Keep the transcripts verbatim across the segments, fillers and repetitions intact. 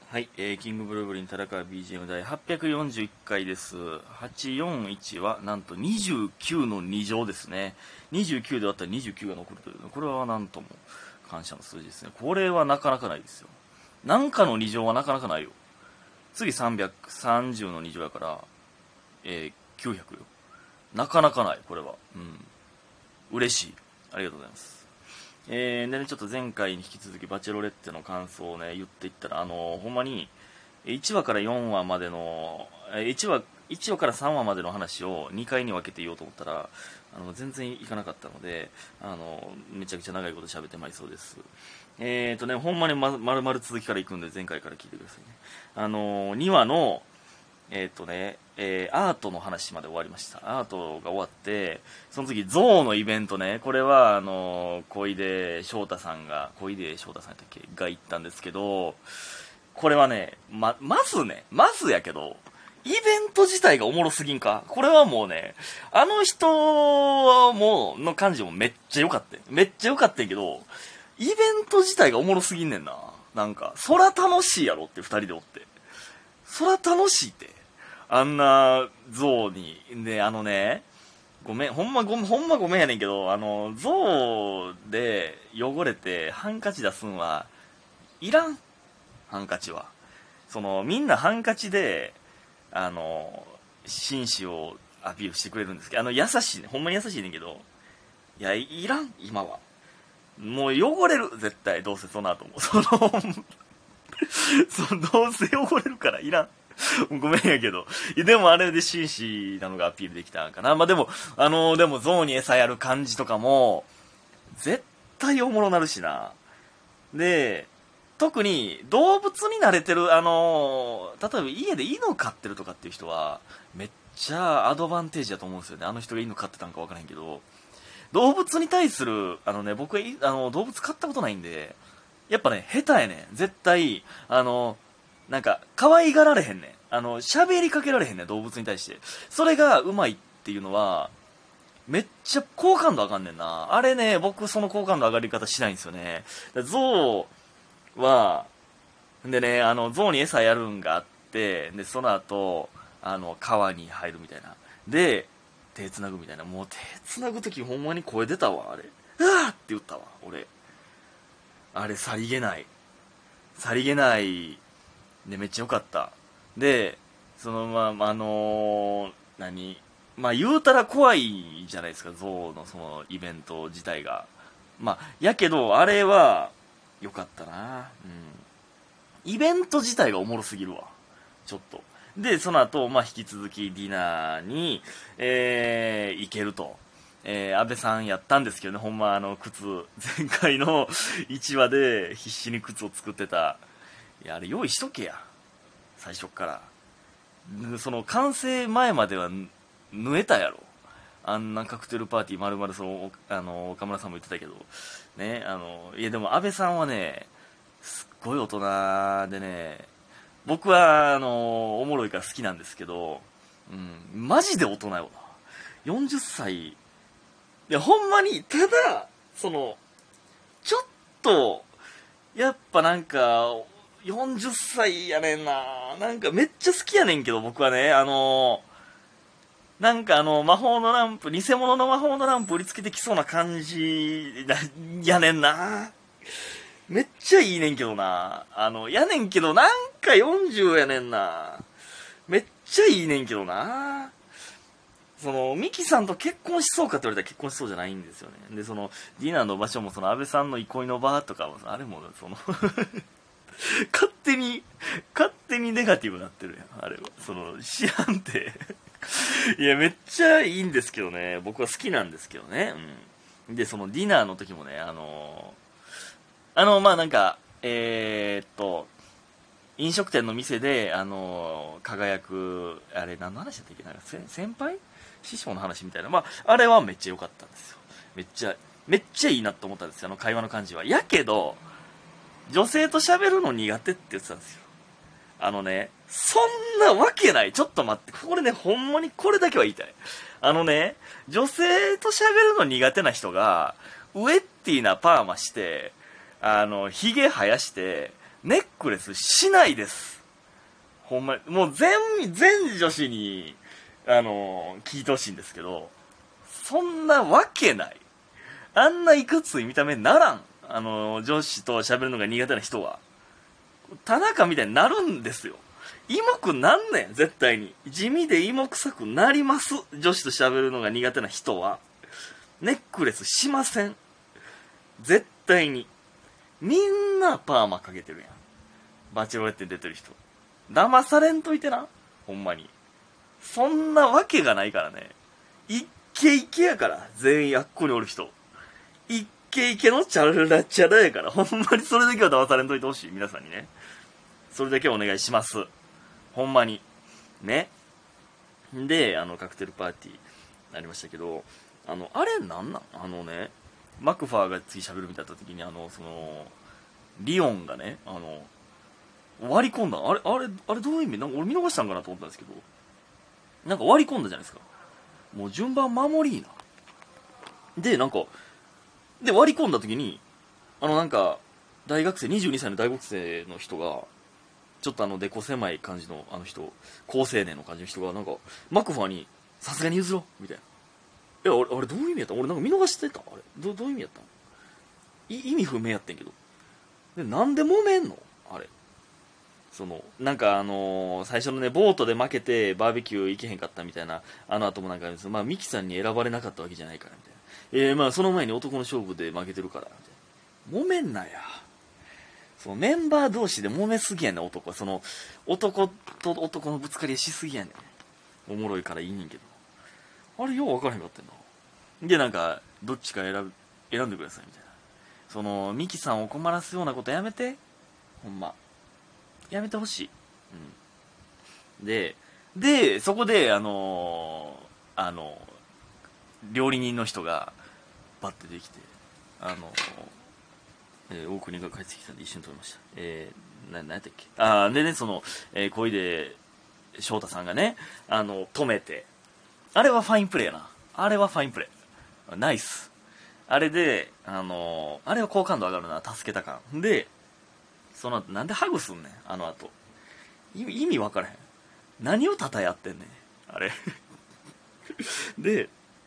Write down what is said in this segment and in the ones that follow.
はい、えー、キングブルーブリン田中 ビージーエム 第はっぴゃくよんじゅういっかいです。はちよんいちはなんとにじゅうきゅうのに乗ですね。にじゅうきゅうであったらにじゅうきゅうが残るという、これはなんとも感謝の数字ですね。これはなかなかないですよ。なんかのに乗はなかなかないよ。次さんびゃくさんじゅうのに乗やから、えー、きゅうひゃくよ。なかなかない、これは。うん。嬉しい。ありがとうございます。えー、でね、ちょっと前回に引き続きバチェロレッテの感想をね、言っていったら、あのー、ほんまに、いちわからよんわまでの、いちわ、いちわからさんわまでの話をにかいに分けて言おうと思ったら、あの、全然いかなかったので、あの、めちゃくちゃ長いこと喋ってまいそうです。えーとね、ほんまにま、まるまる続きからいくんで、前回から聞いてくださいね。あのー、にわの、えっ、ー、とね、えー、アートの話まで終わりました。アートが終わって、その次、ゾウのイベントね。これは、あのー、小出翔太さんが、小出翔太さんやったっけが行ったんですけど、これはね、ま、まずね、まずやけど、イベント自体がおもろすぎんか。これはもうね、あの人も、の感じもめっちゃ良かった。めっちゃ良かったんけど、イベント自体がおもろすぎんねんな。なんか、そら楽しいやろって二人でおって。そら楽しいって。あんな像に。で、あのね、ごめん、ほんまごめん、ほんまごめんやねんけど、あの、像で汚れてハンカチ出すんは、いらん。ハンカチは。その、みんなハンカチで、あの、紳士をアピールしてくれるんですけど、あの、優しいね。ほんまに優しいねんけど、いや、いらん、今は。もう汚れる、絶対、どうせその後も。その、そのどうせ汚れるからいらん。ごめんやけど。でもあれで紳士なのがアピールできたんかな。まあ、でも、あのー、でも象に餌やる感じとかも、絶対おもろなるしな。で、特に動物に慣れてる、あのー、例えば家で犬飼ってるとかっていう人は、めっちゃアドバンテージだと思うんですよね。あの人が犬飼ってたんかわからへんけど。動物に対する、あのね、僕はあの動物飼ったことないんで、やっぱね、下手やねん。絶対、あの、なんか、可愛がられへんねん。あの、喋りかけられへんねん、動物に対して。それがうまいっていうのは、めっちゃ好感度上がんねんな。あれね、僕その好感度上がり方しないんですよね。ゾウは、でね、あの、ゾウに餌やるんがあって、で、その後、あの、川に入るみたいな。で、手繋ぐみたいな。もう手繋ぐときほんまに声出たわ、あれ。うわーって言ったわ、俺。あれ、さりげない。さりげない。で、めっちゃ良かった。で、その、まあ、あのー、何まあ、言うたら怖いじゃないですか、ゾウのそのイベント自体が。まあ、やけど、あれは、良かったな。うん。イベント自体がおもろすぎるわ。ちょっと。で、その後、まあ、引き続きディナーに、えー、行けると。えー、安倍さんやったんですけどね、ほんまあの、靴、前回のいちわで必死に靴を作ってた。いや、あれ用意しとけや。最初っから。その、完成前までは縫えたやろ。あんなカクテルパーティー丸々その、あの、岡村さんも言ってたけど。ね、あの、いやでも安倍さんはね、すっごい大人でね、僕は、あの、おもろいから好きなんですけど、うん、マジで大人よな。よんじゅっさい、いや、ほんまに、ただ、その、ちょっと、やっぱなんか、よんじゅっさいやねんな。なんかめっちゃ好きやねんけど、僕はね、あのー、なんかあの、魔法のランプ、偽物の魔法のランプ売りつけてきそうな感じやねんな。めっちゃいいねんけどな。あの、やねんけど、なんかよんじゅうやねんな。めっちゃいいねんけどな。その、ミキさんと結婚しそうかって言われたら結婚しそうじゃないんですよね。で、その、ディナーの場所も、その、安倍さんの憩いの場とかも、あれも、その勝手に、勝手にネガティブになってるやん、あれは。その、知らんて。いや、めっちゃいいんですけどね。僕は好きなんですけどね。うん。で、その、ディナーの時もね、あのー、あの、まあ、なんか、えー、っと、飲食店の店で、あのー、輝く、あれ、何の話だったっけなんか、先輩師匠の話みたいな。まあ、あれはめっちゃ良かったんですよ。めっちゃ、めっちゃいいなと思ったんですよ、あの会話の感じは。やけど、女性と喋るの苦手って言ってたんですよ。あのね、そんなわけない。ちょっと待って。これね、ほんまにこれだけは言いたい。あのね、女性と喋るの苦手な人が、ウエッティなパーマして、あの、髭生やして、 ネックレスしないです。ほんまに。もう全、全女子に、あのー、聞いてほしいんですけど、そんなわけない。あんないくつい見た目ならん。あのー、女子と喋るのが苦手な人は。田中みたいになるんですよ。芋くなんねん、絶対に。地味で芋臭くなります。女子と喋るのが苦手な人は。ネックレスしません。絶対に。みんなパーマかけてるやん。バチェロレッテに出てる人。騙されんといてな。ほんまに。そんなわけがないからね。イッケイケやから。全員あっこにおる人。イッケイケのチャラチャラやから。ほんまにそれだけは騙されんといてほしい。皆さんにね。それだけはお願いします。ほんまに。ね。で、あの、カクテルパーティーなりましたけど、あの、あれなんなんあのね、マクファーが次喋るみたいな時に、あの、その、リオンがね、あの、割り込んだ。あれ、あれ、あれどういう意味なんか俺見逃したんかなと思ったんですけど、なんか割り込んだじゃないですか。もう順番守りいな。で、なんか、で、割り込んだ時に、あのなんか、大学生、にじゅうにさいの大学生の人が、ちょっとあの、デコ狭い感じの、あの人、高青年の感じの人が、なんか、マクファーに、さすがに譲ろうみたいな。いや、俺、あれどういう意味やったん俺なんか見逃してたあれど、どういう意味やったんい意味不明やってんけど。で、なんで揉めんのあれ。その、なんかあのー、最初のね、ボートで負けてバーベキュー行けへんかったみたいな、あの後もなんかあるんです。まあ、ミキさんに選ばれなかったわけじゃないから、みたいな。えー、まあ、その前に男の勝負で負けてるから、みたいな。揉めんなや。そのメンバー同士で揉めすぎやねん、男は。その、男と男のぶつかりしすぎやねん。おもろいからいいねんけど。あれよう分からへんかったんな。で、なんか、どっちか選ぶ、選んでください、みたいな。その、ミキさんを困らすようなことやめて。ほんま。やめてほしい。うん。で、で、そこで、あのー、あのー、料理人の人が、バッてできて、あのー、えー、大国が帰ってきたんで一瞬撮りました。えー、な、なんやったっけ。あー、でね、その、えー、恋で、翔太さんがね、あの、止めて、あれはファインプレーやな。あれはファインプレー。ナイス。あれで、あのー、あれは好感度上がるな、助けた感。で、その後、なんでハグすんねん、あの後。意味、意味分からへん。何をたたやってんねん、あれ。で、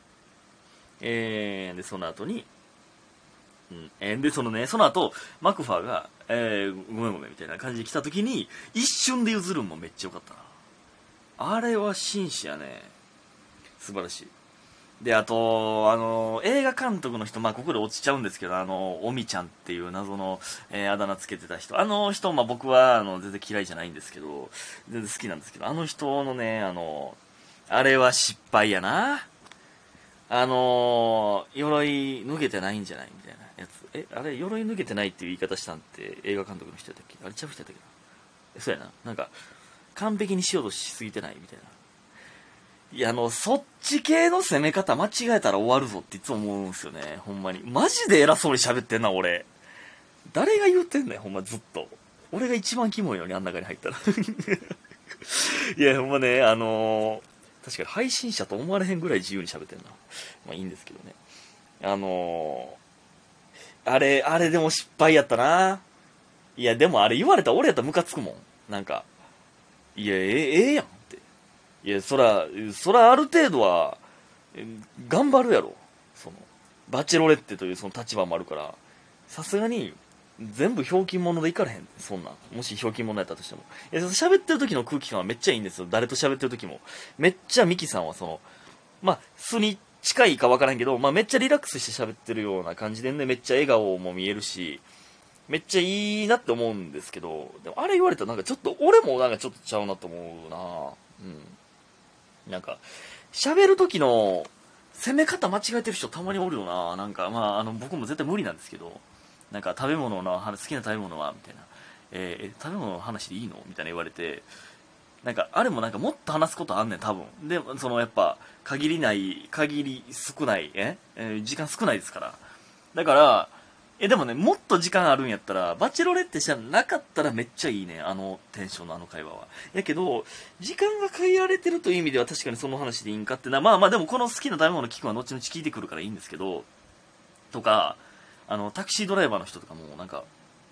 えー、で、その後に、うん、えー、で、そのね、その後、マクファーが、えー、ごめんごめんみたいな感じで来た時に、一瞬で譲るんもめっちゃよかったな。あれは紳士やね。素晴らしい。で、あと、あの、映画監督の人、まあ、ここで落ちちゃうんですけど、あの、おみちゃんっていう謎の、えー、あだ名つけてた人。あの人、まあ、僕は、あの、全然嫌いじゃないんですけど、全然好きなんですけど、あの人のね、あの、あれは失敗やな。あの、鎧脱げてないんじゃないみたいなやつ。え、あれ、鎧脱げてないっていう言い方したんって映画監督の人やったっけあれちゃう人やったっけなえ、そうやな。なんか、完璧にしようとしすぎてないみたいな。いや、あの、そっち系の攻め方間違えたら終わるぞっていつも思うんすよね。ほんまに。マジで偉そうに喋ってんな、俺。誰が言うてんねん、ほんまずっと。俺が一番キモいのにあん中に入ったら。いや、ほんまね、あのー、確かに配信者と思われへんぐらい自由に喋ってんな。まあいいんですけどね。あのー、あれ、あれでも失敗やったな。いや、でもあれ言われたら俺やったらムカつくもん。なんか、いや、ええ、ええやん。いや、そら、そらある程度は、頑張るやろ。その、バチェロレッテというその立場もあるから、さすがに、全部ひょうきん者でいかれへん。そんな。もしひょうきん者やったとしても。いや、喋ってる時の空気感はめっちゃいいんですよ。誰と喋ってる時も。めっちゃミキさんはその、まあ、素に近いか分からへんけど、まあ、めっちゃリラックスして喋ってるような感じでね、めっちゃ笑顔も見えるし、めっちゃいいなって思うんですけど、でもあれ言われたらなんかちょっと、俺もなんかちょっとちゃうなと思うなうん。なんか、喋る時の攻め方間違えてる人たまにおるよな。なんか、まあ、あの、僕も絶対無理なんですけど、なんか、食べ物の、好きな食べ物はみたいな。えー、食べ物の話でいいのみたいな言われて、なんか、あれもなんかもっと話すことあんねん、多分。で、その、やっぱ、限りない、限り少ない、ええー、時間少ないですから。だから、え、でもね、もっと時間あるんやったら、バチェロレッテじゃなかったらめっちゃいいね。あのテンションのあの会話は。やけど、時間が限られてるという意味では確かにその話でいいんかってな。まあまあでもこの好きな食べ物聞くのは後々聞いてくるからいいんですけど、とか、あの、タクシードライバーの人とかもなんか、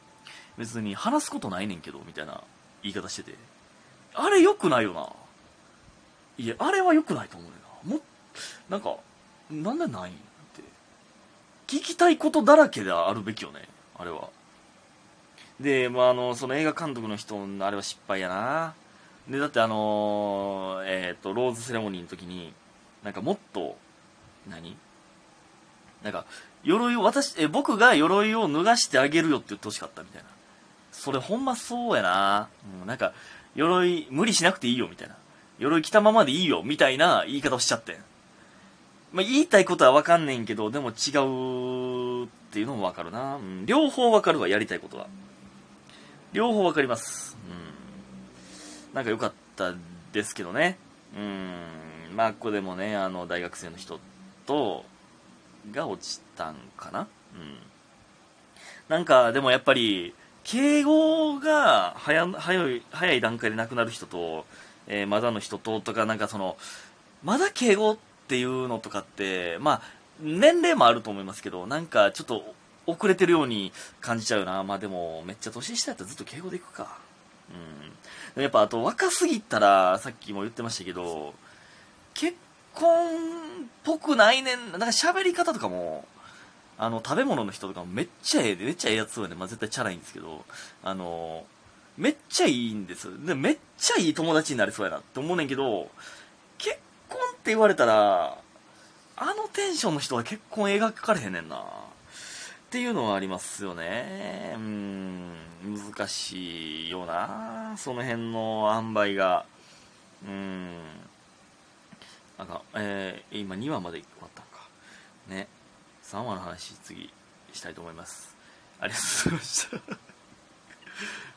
別に話すことないねんけどみたいな言い方してて、あれ良くないよな。いや、あれは良くないと思うよな。もなんかなんでないんって聞きたいことだらけであるべきよね、あれは。で、まあ、あのその映画監督の人のあれは失敗やな。でだってあのー、えっ、ー、とローズセレモニーの時になんかもっと何なんか鎧を私え僕が鎧を脱がしてあげるよって言ってほしかったみたいな。それほんまそうやな。うん、なんか鎧無理しなくていいよみたいな、鎧着たままでいいよみたいな言い方をしちゃってん。まあ、言いたいことは分かんねんけど、でも違うっていうのも分かるな、うん、両方分かるわ、やりたいことは両方分かります。うん、なんか良かったですけどね。うん、まあここでもね、あの大学生の人とが落ちたんかな。うん、なんかでもやっぱり敬語が早早い早い段階で亡くなる人と、えー、まだの人ととか、なんかそのまだ敬語っていうのとかって、まあ年齢もあると思いますけど、なんかちょっと遅れてるように感じちゃうな。まあでもめっちゃ年下やったらずっと敬語でいくか。うん、やっぱあと若すぎたら、さっきも言ってましたけど、結婚っぽくないねん。なんか喋り方とかも、あの食べ物の人とかもめっちゃええで、めっちゃええやつそうやね。まあ絶対チャラいんですけど、あのめっちゃいいんです。でめっちゃいい友達になりそうやなって思うねんけど、結婚って言われたら、あのテンションの人は結婚描かれへんねんなっていうのはありますよね。うーん、難しいよな、その辺の塩梅が。うーん、なんか、えー、今にわまで終わったんかね。さんわの話次したいと思います。ありがとうございました